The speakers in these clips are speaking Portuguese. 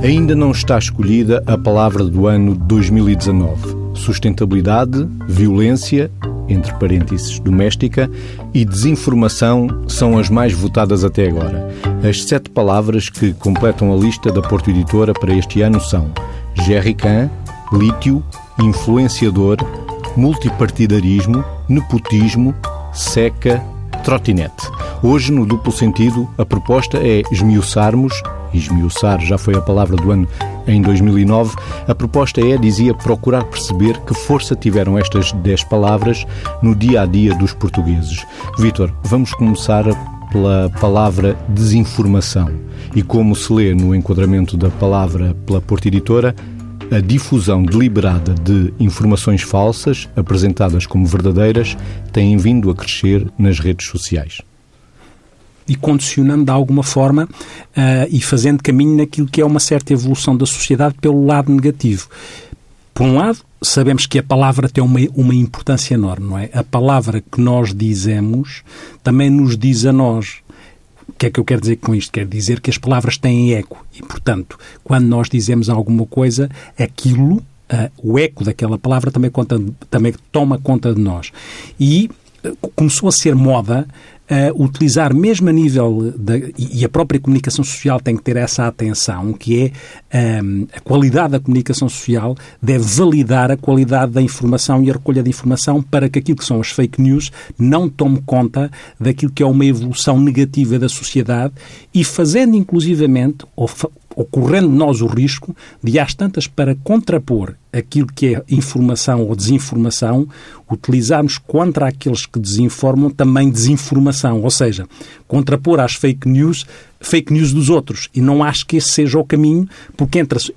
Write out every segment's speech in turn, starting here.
Ainda não está escolhida a palavra do ano 2019. Sustentabilidade, violência, entre parênteses doméstica, e desinformação são as mais votadas até agora. As 7 palavras que completam a lista da Porto Editora para este ano são jerrycan, lítio, influenciador, multipartidarismo, nepotismo, seca, trotinete. Hoje, no duplo sentido, a proposta é esmiuçarmos, e esmiuçar já foi a palavra do ano em 2009, a proposta é, dizia, procurar perceber que força tiveram estas 10 palavras no dia-a-dia dos portugueses. Vítor, vamos começar pela palavra desinformação. E como se lê no enquadramento da palavra pela Porto Editora, a difusão deliberada de informações falsas, apresentadas como verdadeiras, tem vindo a crescer nas redes sociais. E condicionando de alguma forma e fazendo caminho naquilo que é uma certa evolução da sociedade pelo lado negativo. Por um lado, sabemos que a palavra tem uma importância enorme, não é? A palavra que nós dizemos também nos diz a nós. O que é que eu quero dizer com isto? Quero dizer que as palavras têm eco e, portanto, quando nós dizemos alguma coisa, aquilo, o eco daquela palavra também toma conta de nós. E começou a ser moda utilizar mesmo a nível e a própria comunicação social tem que ter essa atenção, que é a qualidade da comunicação social deve validar a qualidade da informação e a recolha de informação para que aquilo que são as fake news não tome conta daquilo que é uma evolução negativa da sociedade e fazendo inclusivamente ocorrendo nós o risco de, às tantas, para contrapor aquilo que é informação ou desinformação, utilizarmos contra aqueles que desinformam também desinformação, ou seja, contrapor às fake news dos outros. E não acho que esse seja o caminho, porque entra-se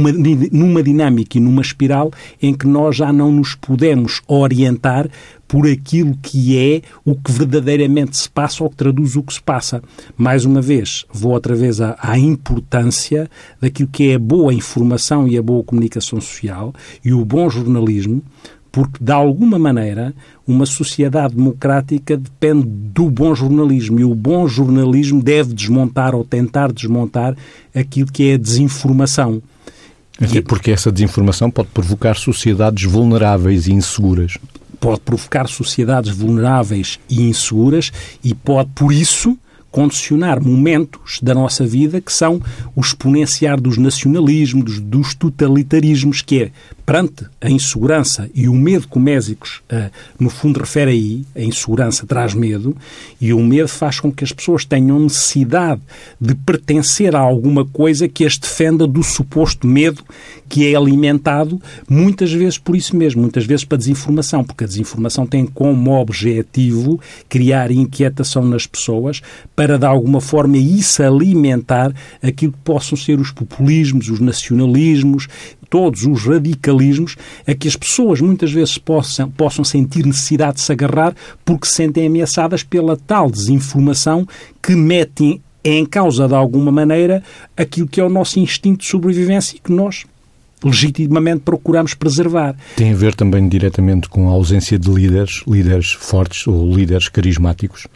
numa dinâmica e numa espiral em que nós já não nos podemos orientar por aquilo que é o que verdadeiramente se passa ou que traduz o que se passa. Mais uma vez, vou outra vez à importância daquilo que é a boa informação e a boa comunicação social e o bom jornalismo, porque, de alguma maneira, uma sociedade democrática depende do bom jornalismo e o bom jornalismo deve desmontar ou tentar desmontar aquilo que é a desinformação. Até porque essa desinformação pode provocar sociedades vulneráveis e inseguras. Pode provocar sociedades vulneráveis e inseguras e pode, por isso, condicionar momentos da nossa vida que são o exponenciar dos nacionalismos, dos totalitarismos, que é, perante a insegurança e o medo que o Mésicles, no fundo, refere aí, a insegurança traz medo, e o medo faz com que as pessoas tenham necessidade de pertencer a alguma coisa que as defenda do suposto medo que é alimentado, muitas vezes por isso mesmo, muitas vezes para desinformação, porque a desinformação tem como objetivo criar inquietação nas pessoas para, de alguma forma, isso alimentar aquilo que possam ser os populismos, os nacionalismos, todos os radicalismos, a que as pessoas muitas vezes possam sentir necessidade de se agarrar porque se sentem ameaçadas pela tal desinformação que mete em causa, de alguma maneira, aquilo que é o nosso instinto de sobrevivência e que nós legitimamente procuramos preservar. Tem a ver também diretamente com a ausência de líderes fortes ou líderes carismáticos?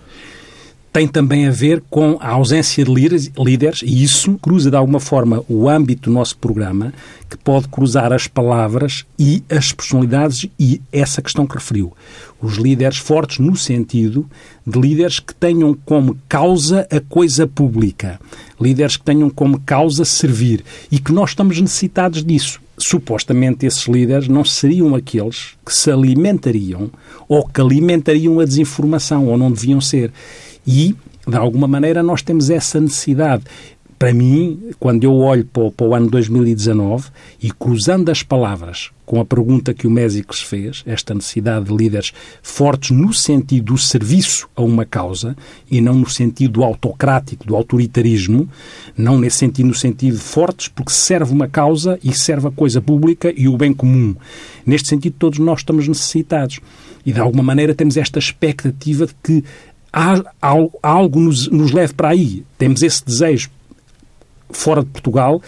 Tem também a ver com a ausência de líderes, e isso cruza de alguma forma o âmbito do nosso programa, que pode cruzar as palavras e as personalidades e essa questão que referiu. Os líderes fortes no sentido de líderes que tenham como causa a coisa pública, líderes que tenham como causa servir e que nós estamos necessitados disso. Supostamente esses líderes não seriam aqueles que se alimentariam ou que alimentariam a desinformação, ou não deviam ser. E, de alguma maneira, nós temos essa necessidade. Para mim, quando eu olho para o ano 2019 e cruzando as palavras com a pergunta que o Mésicles fez, esta necessidade de líderes fortes no sentido do serviço a uma causa e não no sentido autocrático, do autoritarismo, não nesse sentido, no sentido de fortes, porque serve uma causa e serve a coisa pública e o bem comum. Neste sentido, todos nós estamos necessitados. E, de alguma maneira, temos esta expectativa de que algo nos leve para aí. Temos esse desejo. Fora de Portugal,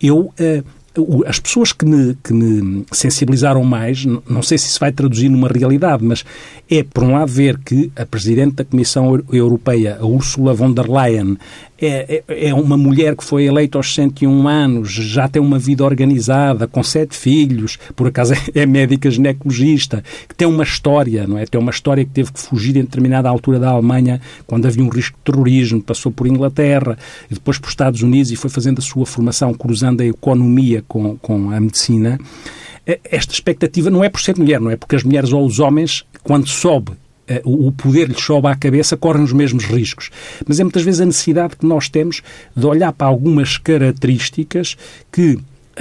as pessoas que me sensibilizaram mais, não sei se isso vai traduzir numa realidade, mas é, por um lado, ver que a Presidente da Comissão Europeia, a Ursula von der Leyen, é uma mulher que foi eleita aos 101 anos, já tem uma vida organizada, com 7 filhos, por acaso é médica ginecologista, que tem uma história, não é? Tem uma história que teve que fugir em determinada altura da Alemanha, quando havia um risco de terrorismo, passou por Inglaterra e depois por Estados Unidos e foi fazendo a sua formação, cruzando a economia com a medicina. Esta expectativa não é por ser mulher, não é porque as mulheres ou os homens, quando sobe o poder lhes sobe à cabeça, correm os mesmos riscos. Mas é muitas vezes a necessidade que nós temos de olhar para algumas características que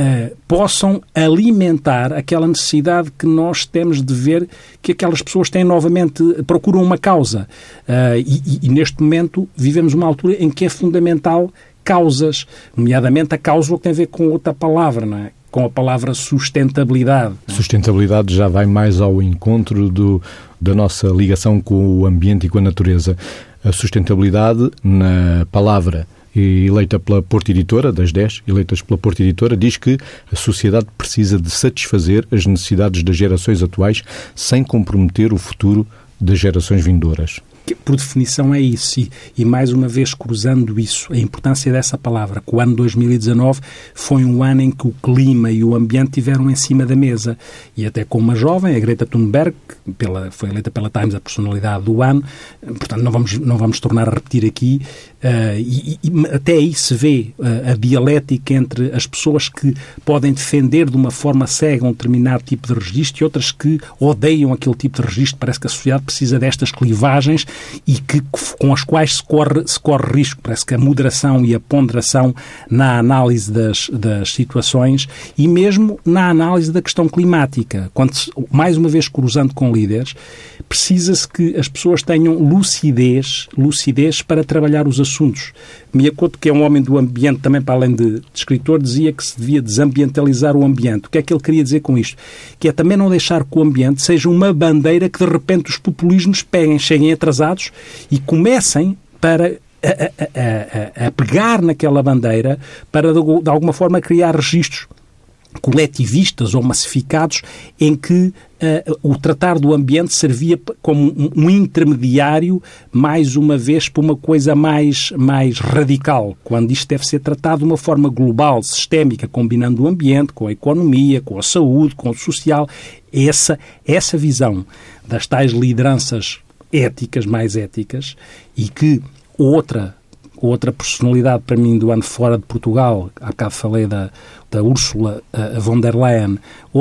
possam alimentar aquela necessidade que nós temos de ver que aquelas pessoas têm novamente, procuram uma causa. E neste momento vivemos uma altura em que é fundamental causas, nomeadamente a causa que tem a ver com outra palavra, não é? Com a palavra sustentabilidade. Sustentabilidade já vai mais ao encontro da nossa ligação com o ambiente e com a natureza. A sustentabilidade, na palavra eleita pela Porta Editora, das 10 eleitas pela Porta Editora, diz que a sociedade precisa de satisfazer as necessidades das gerações atuais sem comprometer o futuro das gerações vindouras. Por definição é isso, e mais uma vez cruzando isso, a importância dessa palavra, que o ano 2019 foi um ano em que o clima e o ambiente estiveram em cima da mesa, e até com uma jovem, a Greta Thunberg, foi eleita pela Times a personalidade do ano, portanto não vamos tornar a repetir aqui, e até aí se vê a dialética entre as pessoas que podem defender de uma forma cega um determinado tipo de registro e outras que odeiam aquele tipo de registro. Parece que a sociedade precisa destas clivagens e com as quais se corre risco. Parece que a moderação e a ponderação na análise das situações e mesmo na análise da questão climática. Quando, mais uma vez cruzando com líderes, precisa-se que as pessoas tenham lucidez para trabalhar os assuntos. Miyakoto, que é um homem do ambiente, também para além de escritor, dizia que se devia desambientalizar o ambiente. O que é que ele queria dizer com isto? Que é também não deixar que o ambiente seja uma bandeira que de repente os populismos cheguem atrasados e comecem a pegar naquela bandeira para de alguma forma criar registros coletivistas ou massificados em que o tratar do ambiente servia como um intermediário, mais uma vez, para uma coisa mais radical, quando isto deve ser tratado de uma forma global, sistémica, combinando o ambiente com a economia, com a saúde, com o social. Essa visão das tais lideranças éticas, mais éticas, e que outra personalidade para mim do ano fora de Portugal, há bocado falei da Ursula von der Leyen,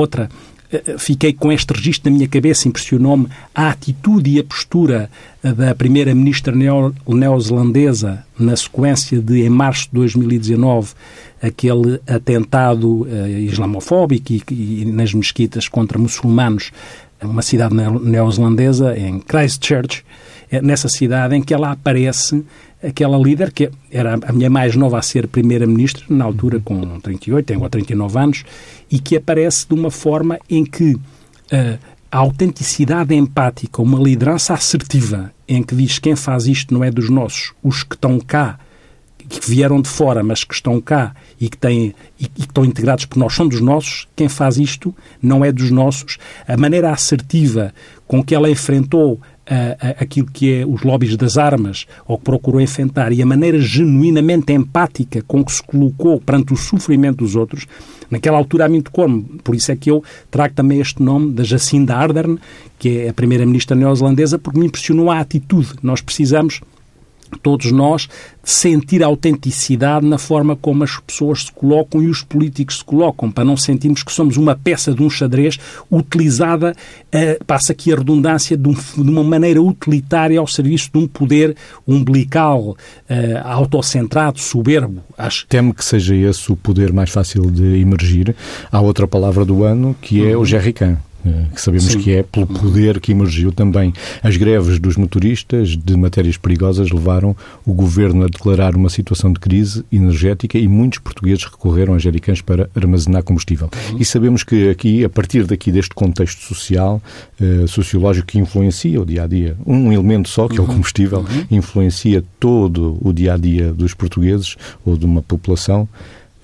fiquei com este registro na minha cabeça, impressionou-me a atitude e a postura da primeira-ministra neozelandesa na sequência de, em março de 2019, aquele atentado islamofóbico e nas mesquitas contra muçulmanos, uma cidade neozelandesa, em Christchurch, nessa cidade em que ela aparece, aquela líder, que era a mulher mais nova a ser primeira-ministra, na altura com 38, tem agora 39 anos, e que aparece de uma forma em que a autenticidade empática, uma liderança assertiva, em que diz quem faz isto não é dos nossos, os que estão cá, que vieram de fora, mas que estão cá e que estão integrados por nós, são dos nossos, quem faz isto não é dos nossos. A maneira assertiva com que ela enfrentou aquilo que é os lobbies das armas, ou que procurou enfrentar, e a maneira genuinamente empática com que se colocou perante o sofrimento dos outros, naquela altura a mim tocou-me. Por isso é que eu trago também este nome da Jacinda Ardern, que é a primeira-ministra neozelandesa, porque me impressionou a atitude. Nós precisamos, todos nós, sentir a autenticidade na forma como as pessoas se colocam e os políticos se colocam, para não sentirmos que somos uma peça de um xadrez utilizada, passa aqui a redundância, de uma maneira utilitária ao serviço de um poder umbilical, autocentrado, soberbo. Temo que seja esse o poder mais fácil de emergir. Há outra palavra do ano, que é o jerrycan, que sabemos Sim. que é pelo poder que emergiu também. As greves dos motoristas de matérias perigosas levaram o governo a declarar uma situação de crise energética e muitos portugueses recorreram a jerrycans para armazenar combustível. E sabemos que aqui, a partir deste contexto social, sociológico que influencia o dia-a-dia, um elemento só, que é o combustível, influencia todo o dia-a-dia dos portugueses ou de uma população.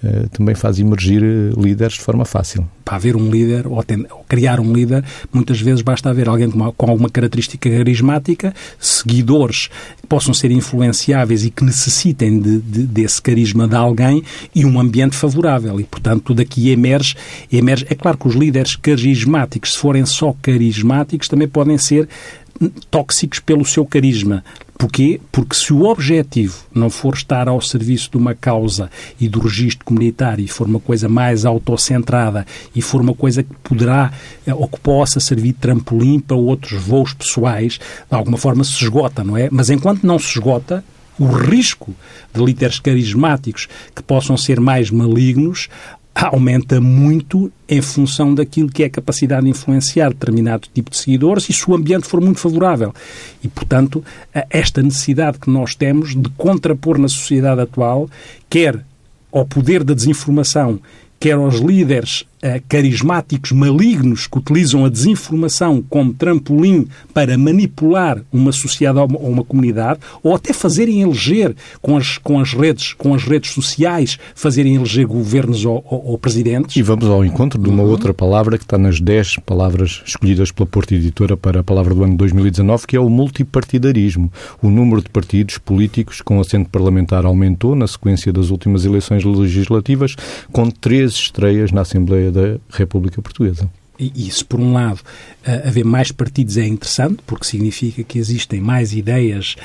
também faz emergir líderes de forma fácil. Para haver um líder, ou criar um líder, muitas vezes basta haver alguém com alguma característica carismática, seguidores que possam ser influenciáveis e que necessitem desse carisma de alguém e um ambiente favorável. E, portanto, daqui emerge. É claro que os líderes carismáticos, se forem só carismáticos, também podem ser tóxicos pelo seu carisma. Porquê? Porque se o objetivo não for estar ao serviço de uma causa e do registro comunitário e for uma coisa mais autocentrada e for uma coisa que poderá ou que possa servir de trampolim para outros voos pessoais, de alguma forma se esgota, não é? Mas enquanto não se esgota, o risco de líderes carismáticos que possam ser mais malignos aumenta muito em função daquilo que é a capacidade de influenciar determinado tipo de seguidores e se o ambiente for muito favorável. E, portanto, esta necessidade que nós temos de contrapor na sociedade atual, quer ao poder da desinformação, quer aos líderes carismáticos malignos que utilizam a desinformação como trampolim para manipular uma sociedade ou uma comunidade, ou até fazerem eleger com as redes sociais, fazerem eleger governos ou presidentes. E vamos ao encontro de uma outra palavra que está nas 10 palavras escolhidas pela Porto Editora para a palavra do ano 2019, que é o multipartidarismo. O número de partidos políticos com assento parlamentar aumentou na sequência das últimas eleições legislativas, com 13 estreias na Assembleia da República Portuguesa. E isso, por um lado, haver mais partidos é interessante, porque significa que existem mais ideias,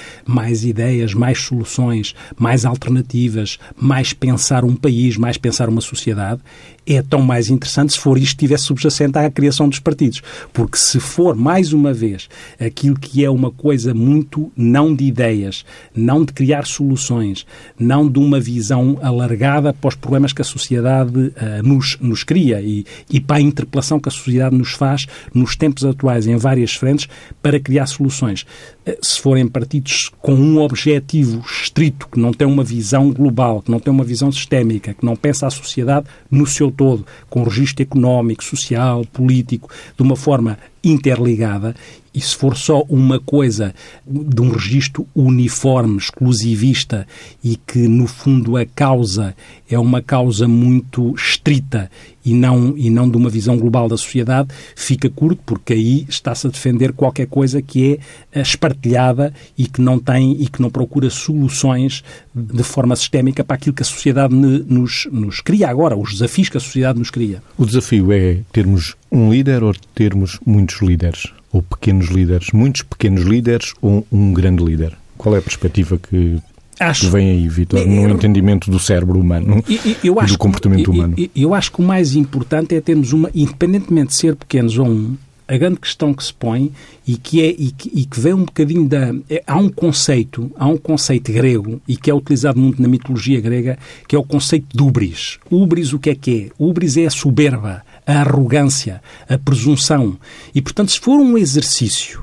mais soluções, mais alternativas, mais pensar um país, mais pensar uma sociedade. É tão mais interessante se for isto que estivesse subjacente à criação dos partidos. Porque se for, mais uma vez, aquilo que é uma coisa muito não de ideias, não de criar soluções, não de uma visão alargada para os problemas que a sociedade nos cria e para a interpelação que a sociedade nos faz nos tempos atuais em várias frentes para criar soluções. Se forem partidos com um objetivo estrito, que não tem uma visão global, que não tem uma visão sistémica, que não pensa a sociedade no seu todo, com registro económico, social, político, de uma forma interligada, e se for só uma coisa de um registro uniforme, exclusivista e que, no fundo, a causa é uma causa muito estrita e não de uma visão global da sociedade, fica curto, porque aí está-se a defender qualquer coisa que é espartilhada e que não procura soluções de forma sistémica para aquilo que a sociedade nos cria agora, os desafios que a sociedade nos cria. O desafio é termos um líder ou termos muitos líderes? Ou pequenos líderes? Muitos pequenos líderes ou um grande líder? Qual é a perspectiva que vem aí, Vítor, no entendimento do cérebro humano e do comportamento humano? Eu acho que o mais importante é termos independentemente de ser pequenos ou a grande questão que se põe e que vem um bocadinho há um conceito grego e que é utilizado muito na mitologia grega, que é o conceito de ubris. Ubris, o que é? Ubris é a soberba, a arrogância, a presunção. E, portanto, se for um exercício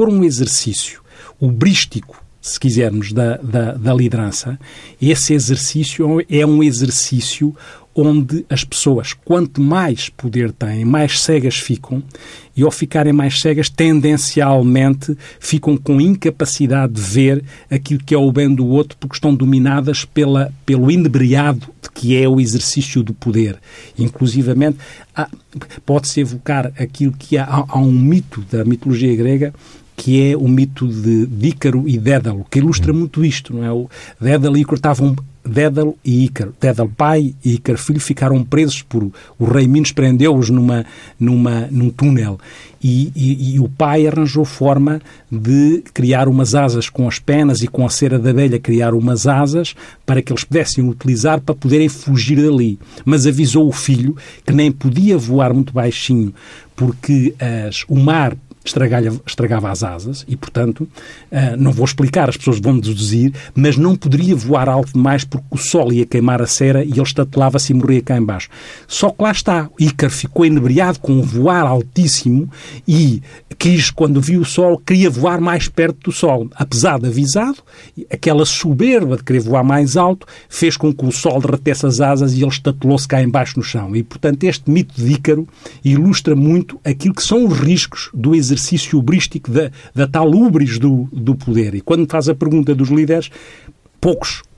ubrístico, se quisermos, da liderança, esse exercício é um exercício onde as pessoas, quanto mais poder têm, mais cegas ficam, e ao ficarem mais cegas, tendencialmente ficam com incapacidade de ver aquilo que é o bem do outro, porque estão dominadas pelo inebriado que é o exercício do poder. Inclusivamente, pode-se evocar aquilo que há um mito da mitologia grega, que é o mito de Ícaro e Dédalo, que ilustra muito isto, não é? O Dédalo e Ícaro estavam... Dédalo e Ícaro. Dédalo pai e Ícaro filho ficaram presos o rei Minos prendeu-os num túnel e o pai arranjou forma de criar umas asas com as penas e com a cera da abelha criar umas asas para que eles pudessem utilizar para poderem fugir dali. Mas avisou o filho que nem podia voar muito baixinho porque o mar estragava as asas e, portanto, não vou explicar, as pessoas vão deduzir, mas não poderia voar alto demais porque o sol ia queimar a cera e ele estatelava-se e morria cá em baixo. Só que lá está, Ícaro ficou inebriado com um voar altíssimo e quando viu o sol, queria voar mais perto do sol. Apesar de avisado, aquela soberba de querer voar mais alto fez com que o sol derretesse as asas e ele estatelou-se cá em baixo no chão. E, portanto, este mito de Ícaro ilustra muito aquilo que são os riscos do exercício ubrístico da tal ubris do poder. E quando me faz a pergunta dos líderes, poucos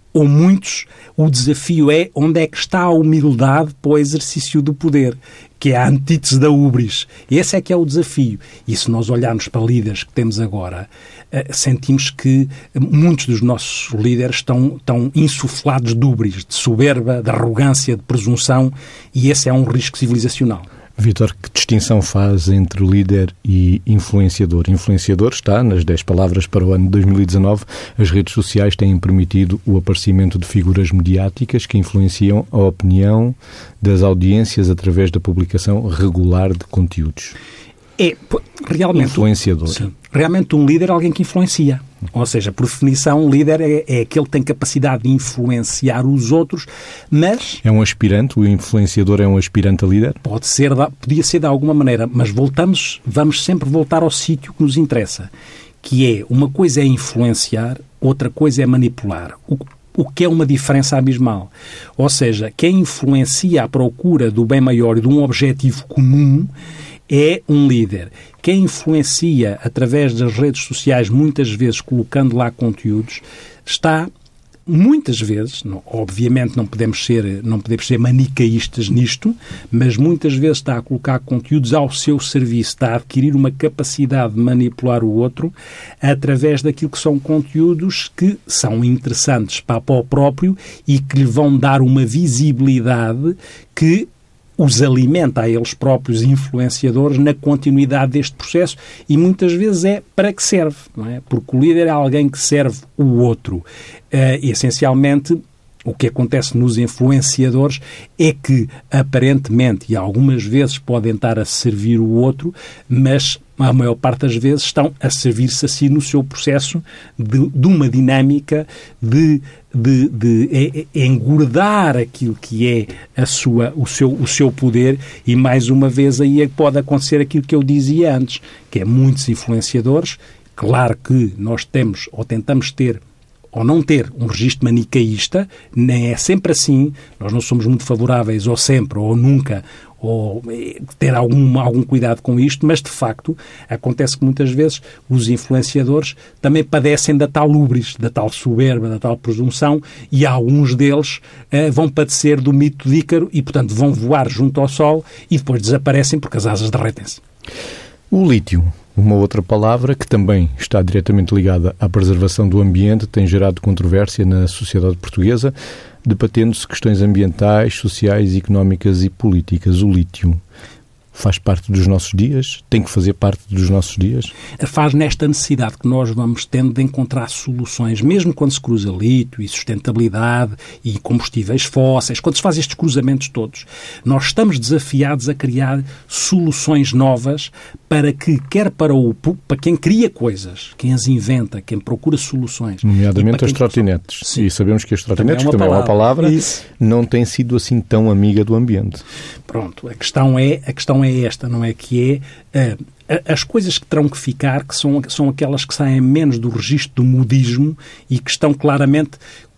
ou muitos, o desafio é onde é que está a humildade para o exercício do poder, que é a antítese da ubris. Esse é que é o desafio. E se nós olharmos para líderes que temos agora, sentimos que muitos dos nossos líderes estão insuflados de ubris, de soberba, de arrogância, de presunção, e esse é um risco civilizacional. Vítor, que distinção faz entre líder e influenciador? Influenciador está nas 10 palavras para o ano de 2019. As redes sociais têm permitido o aparecimento de figuras mediáticas que influenciam a opinião das audiências através da publicação regular de conteúdos. É realmente influenciador. Sim, realmente um líder é alguém que influencia. Ou seja, por definição, um líder é aquele que tem capacidade de influenciar os outros, mas... É um aspirante? O influenciador é um aspirante a líder? Podia ser de alguma maneira, mas vamos sempre voltar ao sítio que nos interessa, que é, uma coisa é influenciar, outra coisa é manipular. O que é uma diferença abismal. Ou seja, quem influencia à procura do bem maior e de um objetivo comum é um líder. Quem influencia através das redes sociais, muitas vezes colocando lá conteúdos, está muitas vezes, obviamente não podemos ser manicaístas nisto, mas muitas vezes está a colocar conteúdos ao seu serviço, está a adquirir uma capacidade de manipular o outro através daquilo que são conteúdos que são interessantes para o próprio e que lhe vão dar uma visibilidade que os alimenta a eles próprios influenciadores na continuidade deste processo e muitas vezes é para que serve, não é? Porque o líder é alguém que serve o outro. Essencialmente, o que acontece nos influenciadores é que, aparentemente, e algumas vezes podem estar a servir o outro, mas a maior parte das vezes estão a servir-se a si no seu processo de uma dinâmica de engordar aquilo que é o seu poder e, mais uma vez, aí pode acontecer aquilo que eu dizia antes, que é muitos influenciadores. Claro que nós temos ou tentamos ter ou não ter um registro manicaísta, nem é sempre assim, nós não somos muito favoráveis ou sempre ou nunca, ou ter algum cuidado com isto, mas de facto acontece que muitas vezes os influenciadores também padecem da tal ubris, da tal soberba, da tal presunção, e alguns deles vão padecer do mito de Ícaro e, portanto, vão voar junto ao sol e depois desaparecem porque as asas derretem-se. O lítio, uma outra palavra que também está diretamente ligada à preservação do ambiente, tem gerado controvérsia na sociedade portuguesa, debatendo-se questões ambientais, sociais, económicas e políticas. O lítio faz parte dos nossos dias? Tem que fazer parte dos nossos dias? Faz nesta necessidade que nós vamos tendo de encontrar soluções, mesmo quando se cruza lítio e sustentabilidade e combustíveis fósseis, quando se faz estes cruzamentos todos, nós estamos desafiados a criar soluções novas para que, quer para quem cria coisas, quem as inventa, quem procura soluções. Nomeadamente as trotinetes. Sim. E sabemos que as trotinetes, que também é uma palavra, não tem sido assim tão amiga do ambiente. Pronto, a questão é esta, não é? Que é as coisas que terão que ficar, que são aquelas que saem menos do registro do modismo e que estão claramente...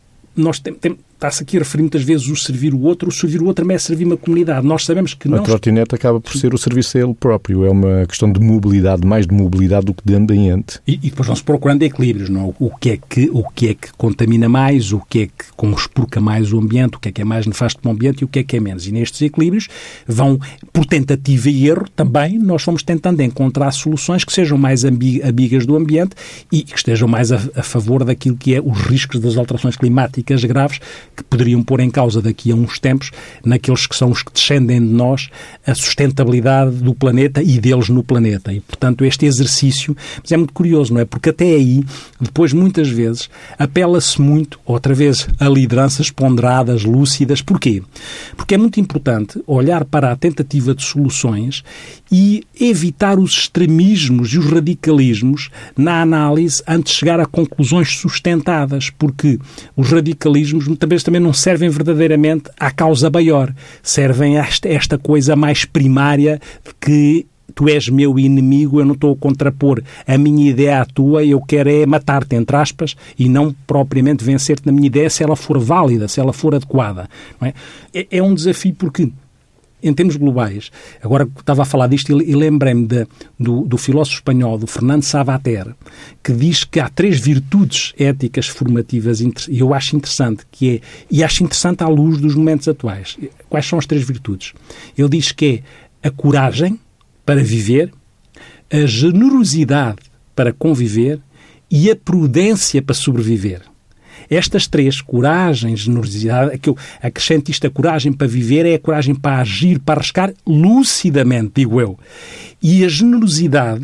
Está-se aqui a referir muitas vezes o servir o outro também é servir uma comunidade. Nós sabemos que a trotinete acaba por ser o serviço a ele próprio. É uma questão de mobilidade, mais de mobilidade do que de ambiente. E depois vão-se procurando equilíbrios, não é? O que é que contamina mais, o que é que conspurca mais o ambiente, o que é mais nefasto para o ambiente e o que é menos. E nestes equilíbrios vão, por tentativa e erro, também nós vamos tentando encontrar soluções que sejam mais amigas do ambiente e que estejam mais a favor daquilo que é os riscos das alterações climáticas graves que poderiam pôr em causa daqui a uns tempos, naqueles que são os que descendem de nós, a sustentabilidade do planeta e deles no planeta. E, portanto, este exercício, mas é muito curioso, não é? Porque até aí, depois, muitas vezes, apela-se muito, outra vez, a lideranças ponderadas, lúcidas. Porquê? Porque é muito importante olhar para a tentativa de soluções e evitar os extremismos e os radicalismos na análise antes de chegar a conclusões sustentadas, porque os radicalismos também não servem verdadeiramente à causa maior, servem a esta coisa mais primária de que tu és meu inimigo, eu não estou a contrapor a minha ideia à tua, eu quero é matar-te, entre aspas, e não propriamente vencer-te na minha ideia se ela for válida, se ela for adequada. Não é? É um desafio porque em termos globais, agora estava a falar disto e lembrei-me do filósofo espanhol, do Fernando Savater, que diz que há 3 virtudes éticas formativas, e eu acho interessante, e acho interessante à luz dos momentos atuais. Quais são as 3 virtudes? Ele diz que é a coragem para viver, a generosidade para conviver e a prudência para sobreviver. Estas 3, coragem, generosidade, que eu acrescento isto, a coragem para viver é a coragem para agir, para arriscar lucidamente, digo eu. E a generosidade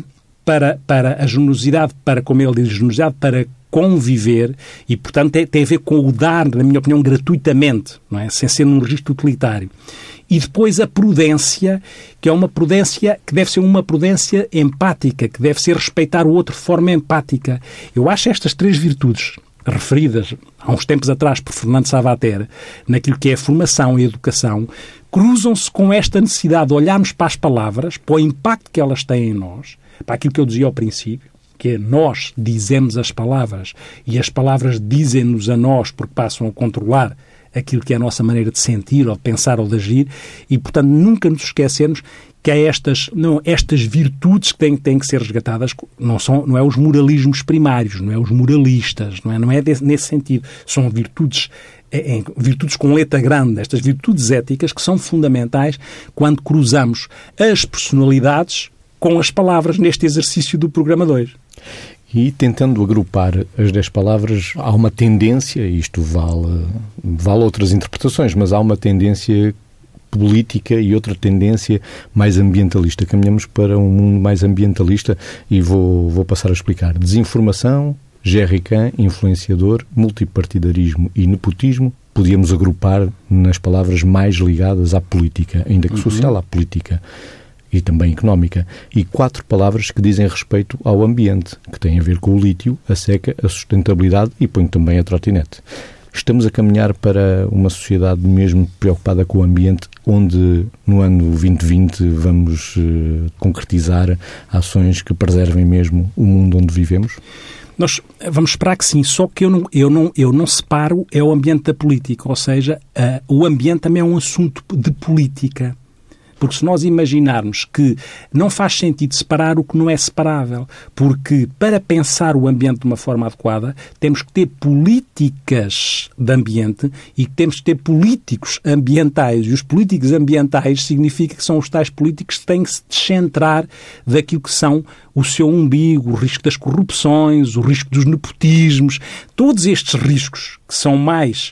para, como ele diz, generosidade para conviver, e portanto tem a ver com o dar, na minha opinião, gratuitamente, não é? Sem ser num registro utilitário. E depois a prudência, que é uma prudência que deve ser uma prudência empática, que deve ser respeitar o outro de forma empática. Eu acho estas 3 virtudes referidas há uns tempos atrás por Fernando Savater, naquilo que é a formação e a educação, cruzam-se com esta necessidade de olharmos para as palavras, para o impacto que elas têm em nós, para aquilo que eu dizia ao princípio, que é nós dizemos as palavras e as palavras dizem-nos a nós porque passam a controlar aquilo que é a nossa maneira de sentir ou de pensar ou de agir, e portanto nunca nos esquecermos que há estas virtudes que têm que ser resgatadas, não é os moralismos primários, não é os moralistas, não é nesse sentido. São virtudes com letra grande, estas virtudes éticas que são fundamentais quando cruzamos as personalidades com as palavras neste exercício do programa 2. E tentando agrupar as 10 palavras, há uma tendência, isto vale outras interpretações, mas há uma tendência política e outra tendência mais ambientalista. Caminhamos para um mundo mais ambientalista e vou passar a explicar. Desinformação, jerrycan, influenciador, multipartidarismo e nepotismo. Podíamos agrupar nas palavras mais ligadas à política, ainda que social, à política e também económica. E 4 palavras que dizem respeito ao ambiente, que têm a ver com o lítio, a seca, a sustentabilidade e ponho também a trotinete. Estamos a caminhar para uma sociedade mesmo preocupada com o ambiente, onde no ano 2020 vamos concretizar ações que preservem mesmo o mundo onde vivemos? Nós vamos esperar que sim, só que eu não separo o ambiente da política, ou seja, o ambiente também é um assunto de política. Porque se nós imaginarmos que não faz sentido separar o que não é separável, porque para pensar o ambiente de uma forma adequada temos que ter políticas de ambiente e temos que ter políticos ambientais. E os políticos ambientais significa que são os tais políticos que têm que se descentrar daquilo que são o seu umbigo, o risco das corrupções, o risco dos nepotismos, todos estes riscos que são mais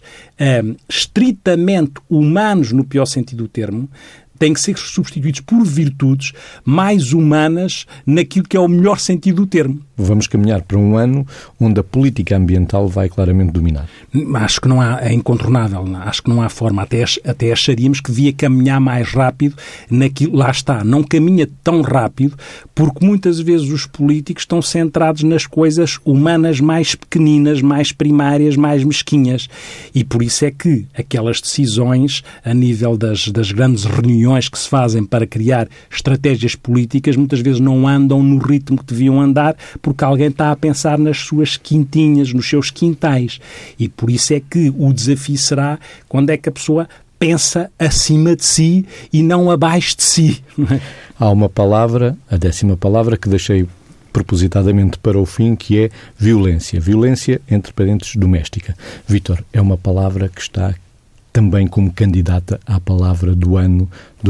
estritamente humanos no pior sentido do termo, têm que ser substituídos por virtudes mais humanas naquilo que é o melhor sentido do termo. Vamos caminhar para um ano onde a política ambiental vai claramente dominar. Acho que não há, é incontornável, acho que não há forma, até acharíamos que devia caminhar mais rápido naquilo, lá está, não caminha tão rápido porque muitas vezes os políticos estão centrados nas coisas humanas mais pequeninas, mais primárias, mais mesquinhas, e por isso é que aquelas decisões a nível das grandes reuniões que se fazem para criar estratégias políticas muitas vezes não andam no ritmo que deviam andar porque alguém está a pensar nas suas quintinhas, nos seus quintais. E por isso é que o desafio será quando é que a pessoa pensa acima de si e não abaixo de si. Há uma palavra, a 10ª palavra, que deixei propositadamente para o fim, que é violência. Violência, entre parênteses, doméstica. Vítor, é uma palavra que está também como candidata à palavra do ano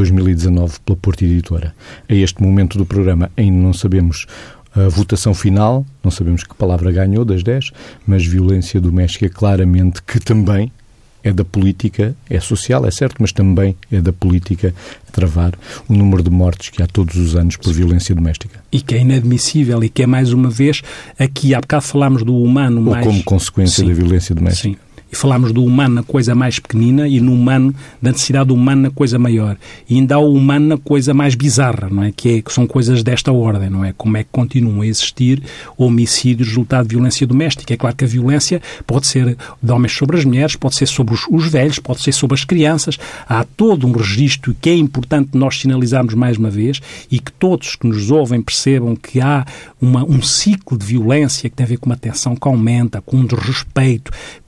2019 pela Porto Editora. A este momento do programa ainda não sabemos a votação final, não sabemos que palavra ganhou das 10, mas violência doméstica claramente que também é da política, é social, é certo, mas também é da política a travar o número de mortes que há todos os anos por violência doméstica. E que é inadmissível e que é, mais uma vez, aqui há bocado falámos do humano mais... Ou como consequência da violência doméstica. Sim. E falámos do humano na coisa mais pequenina e no humano, da necessidade do humano na coisa maior. E ainda há o humano na coisa mais bizarra, não é? Que são coisas desta ordem, não é? Como é que continuam a existir homicídios resultado de violência doméstica. É claro que a violência pode ser de homens sobre as mulheres, pode ser sobre os velhos, pode ser sobre as crianças. Há todo um registro que é importante nós sinalizarmos mais uma vez e que todos que nos ouvem percebam que há um ciclo de violência que tem a ver com uma tensão que aumenta, com um desrespeito, com depois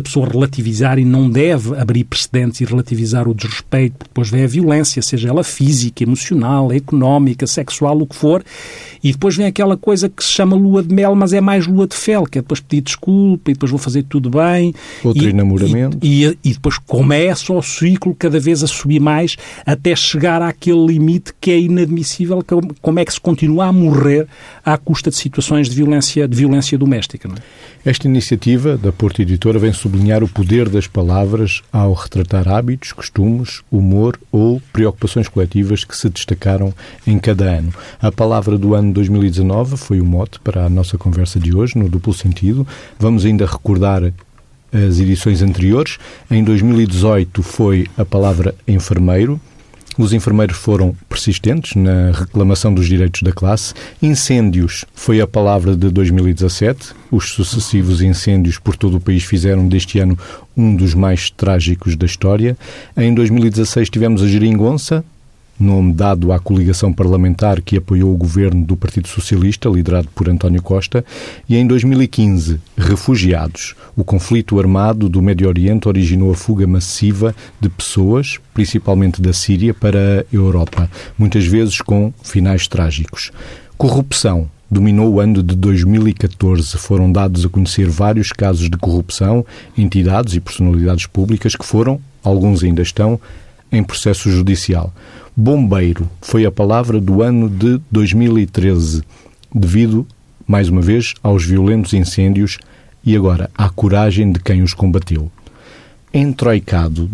a pessoa relativizar e não deve abrir precedentes e relativizar o desrespeito, porque depois vem a violência, seja ela física, emocional, económica, sexual, o que for, e depois vem aquela coisa que se chama lua de mel, mas é mais lua de fel, que é depois pedir desculpa e depois vou fazer tudo bem. Outro enamoramento. E depois começa o ciclo cada vez a subir mais até chegar àquele limite que é inadmissível, como é que se continua a morrer à custa de situações de violência doméstica. Não é? Esta iniciativa da Porto Editora vem sublinhar o poder das palavras ao retratar hábitos, costumes, humor ou preocupações coletivas que se destacaram em cada ano. A palavra do ano 2019 foi o mote para a nossa conversa de hoje, no Duplo Sentido. Vamos ainda recordar as edições anteriores. Em 2018 foi a palavra enfermeiro. Os enfermeiros foram persistentes na reclamação dos direitos da classe. Incêndios foi a palavra de 2017. Os sucessivos incêndios por todo o país fizeram deste ano um dos mais trágicos da história. Em 2016 tivemos a geringonça, nome dado à coligação parlamentar que apoiou o governo do Partido Socialista, liderado por António Costa, e em 2015, refugiados. O conflito armado do Médio Oriente originou a fuga massiva de pessoas, principalmente da Síria, para a Europa, muitas vezes com finais trágicos. Corrupção dominou o ano de 2014. Foram dados a conhecer vários casos de corrupção, entidades e personalidades públicas que foram, alguns ainda estão, em processo judicial. Bombeiro foi a palavra do ano de 2013, devido, mais uma vez, aos violentos incêndios e agora à coragem de quem os combateu. Entroicado,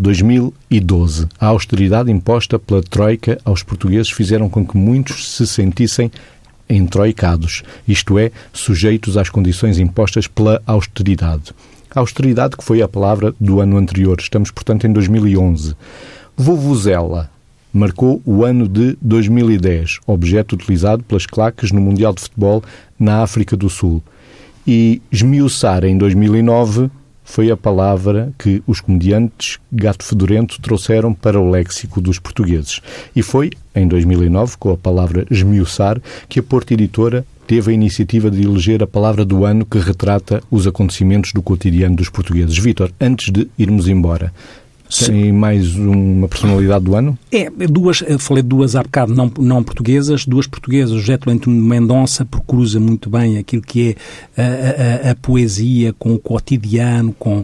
2012. A austeridade imposta pela Troika aos portugueses fizeram com que muitos se sentissem entroicados, isto é, sujeitos às condições impostas pela austeridade. A austeridade que foi a palavra do ano anterior. Estamos, portanto, em 2011. Vuvuzela marcou o ano de 2010, objeto utilizado pelas claques no Mundial de Futebol na África do Sul. E esmiuçar, em 2009, foi a palavra que os comediantes Gato Fedorento trouxeram para o léxico dos portugueses. E foi, em 2009, com a palavra esmiuçar, que a Porto Editora teve a iniciativa de eleger a palavra do ano que retrata os acontecimentos do cotidiano dos portugueses. Vítor, antes de irmos embora, tem mais uma personalidade do ano? Falei de duas há bocado não portuguesas, duas portuguesas. O José Tolentino de Mendonça cruza muito bem aquilo que é a poesia com o cotidiano, com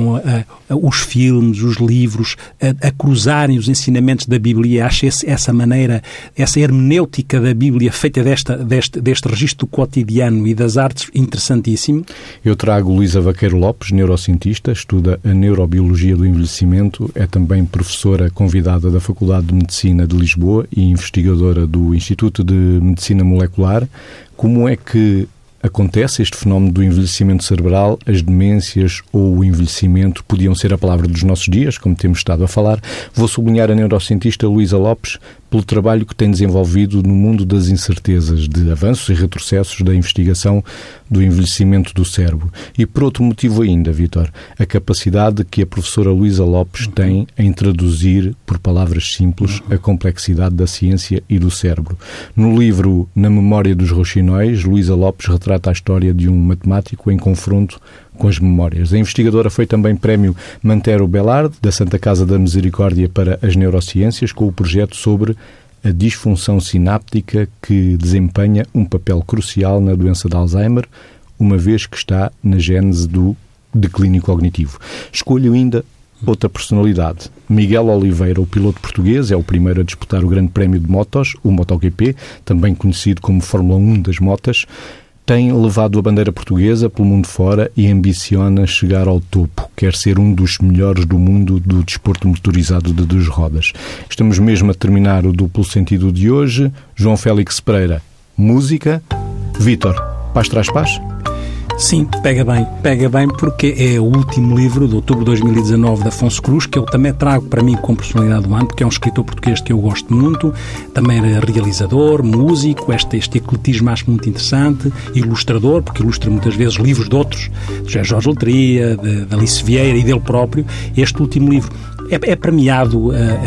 os filmes, os livros, a cruzarem os ensinamentos da Bíblia. Acho essa maneira, essa hermenêutica da Bíblia feita deste registro do cotidiano e das artes interessantíssimo. Eu trago Luísa Vaqueiro Lopes, neurocientista, estuda a neurobiologia do envelhecimento, é também professora convidada da Faculdade de Medicina de Lisboa e investigadora do Instituto de Medicina Molecular. Como é que acontece este fenómeno do envelhecimento cerebral? As demências ou o envelhecimento podiam ser a palavra dos nossos dias, como temos estado a falar. Vou sublinhar a neurocientista Luísa Lopes pelo trabalho que tem desenvolvido no mundo das incertezas, de avanços e retrocessos da investigação do envelhecimento do cérebro. E por outro motivo ainda, Vítor, a capacidade que a professora Luísa Lopes tem em traduzir, por palavras simples, a complexidade da ciência e do cérebro. No livro Na Memória dos Rouxinóis, Luísa Lopes retrata a história de um matemático em confronto com as memórias. A investigadora foi também prémio Mantero Bellard, da Santa Casa da Misericórdia para as Neurociências, com o projeto sobre a disfunção sináptica que desempenha um papel crucial na doença de Alzheimer, uma vez que está na gênese do declínio cognitivo. Escolho ainda outra personalidade. Miguel Oliveira, o piloto português, é o primeiro a disputar o Grande Prémio de Motos, o MotoGP, também conhecido como Fórmula 1 das motas. Tem levado a bandeira portuguesa pelo mundo fora e ambiciona chegar ao topo. Quer ser um dos melhores do mundo do desporto motorizado de duas rodas. Estamos mesmo a terminar o Duplo Sentido de hoje. João Félix Pereira, música. Vítor, paz traz paz? Sim, pega bem porque é o último livro de outubro de 2019 de Afonso Cruz, que eu também trago para mim como personalidade do ano, porque é um escritor português que eu gosto muito, também era realizador, músico, este ecletismo acho muito interessante, ilustrador, porque ilustra muitas vezes livros de outros, de Jorge Letria, de Alice Vieira e dele próprio. Este último livro é premiado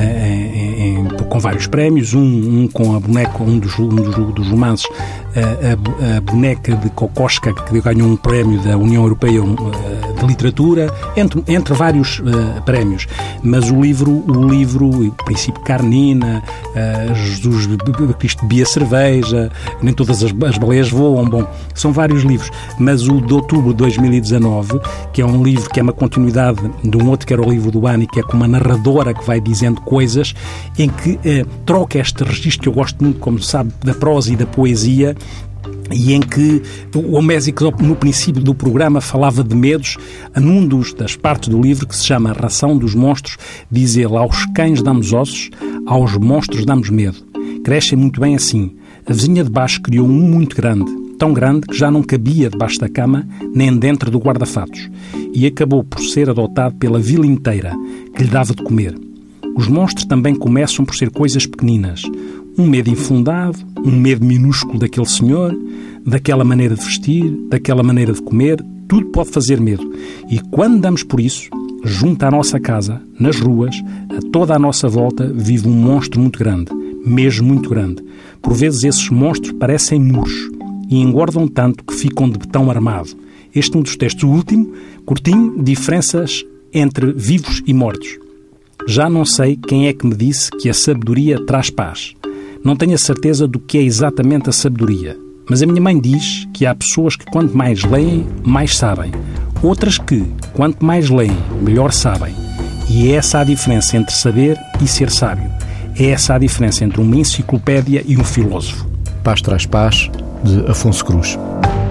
com vários prémios, um com a boneca, um dos romances, a boneca de Kokoschka, que ganhou um prémio da União Europeia de literatura, entre vários prémios. Mas o livro O Princípio Carnina, Jesus Cristo bebia cerveja, Nem Todas as Baleias Voam, bom, são vários livros. Mas o de outubro de 2019, que é um livro que é uma continuidade de um outro que era o livro do ano, e que é com uma narradora que vai dizendo coisas, em que troca este registro que eu gosto muito, como sabe, da prosa e da poesia, e em que o Homésico, no princípio do programa, falava de medos. Num das partes do livro, que se chama A Ração dos Monstros, diz ele: aos cães damos ossos, aos monstros damos medo. Crescem muito bem assim. A vizinha de baixo criou um muito grande, tão grande que já não cabia debaixo da cama, nem dentro do guarda-fatos, e acabou por ser adotado pela vila inteira, que lhe dava de comer. Os monstros também começam por ser coisas pequeninas. Um medo infundado, um medo minúsculo daquele senhor, daquela maneira de vestir, daquela maneira de comer, tudo pode fazer medo. E quando damos por isso, junto à nossa casa, nas ruas, a toda a nossa volta, vive um monstro muito grande, mesmo muito grande. Por vezes esses monstros parecem muros e engordam tanto que ficam de betão armado. Este é um dos textos, o último, curtinho, diferenças entre vivos e mortos. Já não sei quem é que me disse que a sabedoria traz paz. Não tenho a certeza do que é exatamente a sabedoria, mas a minha mãe diz que há pessoas que quanto mais leem, mais sabem. Outras que, quanto mais leem, melhor sabem. E é essa a diferença entre saber e ser sábio. É essa a diferença entre uma enciclopédia e um filósofo. Paz traz paz, de Afonso Cruz.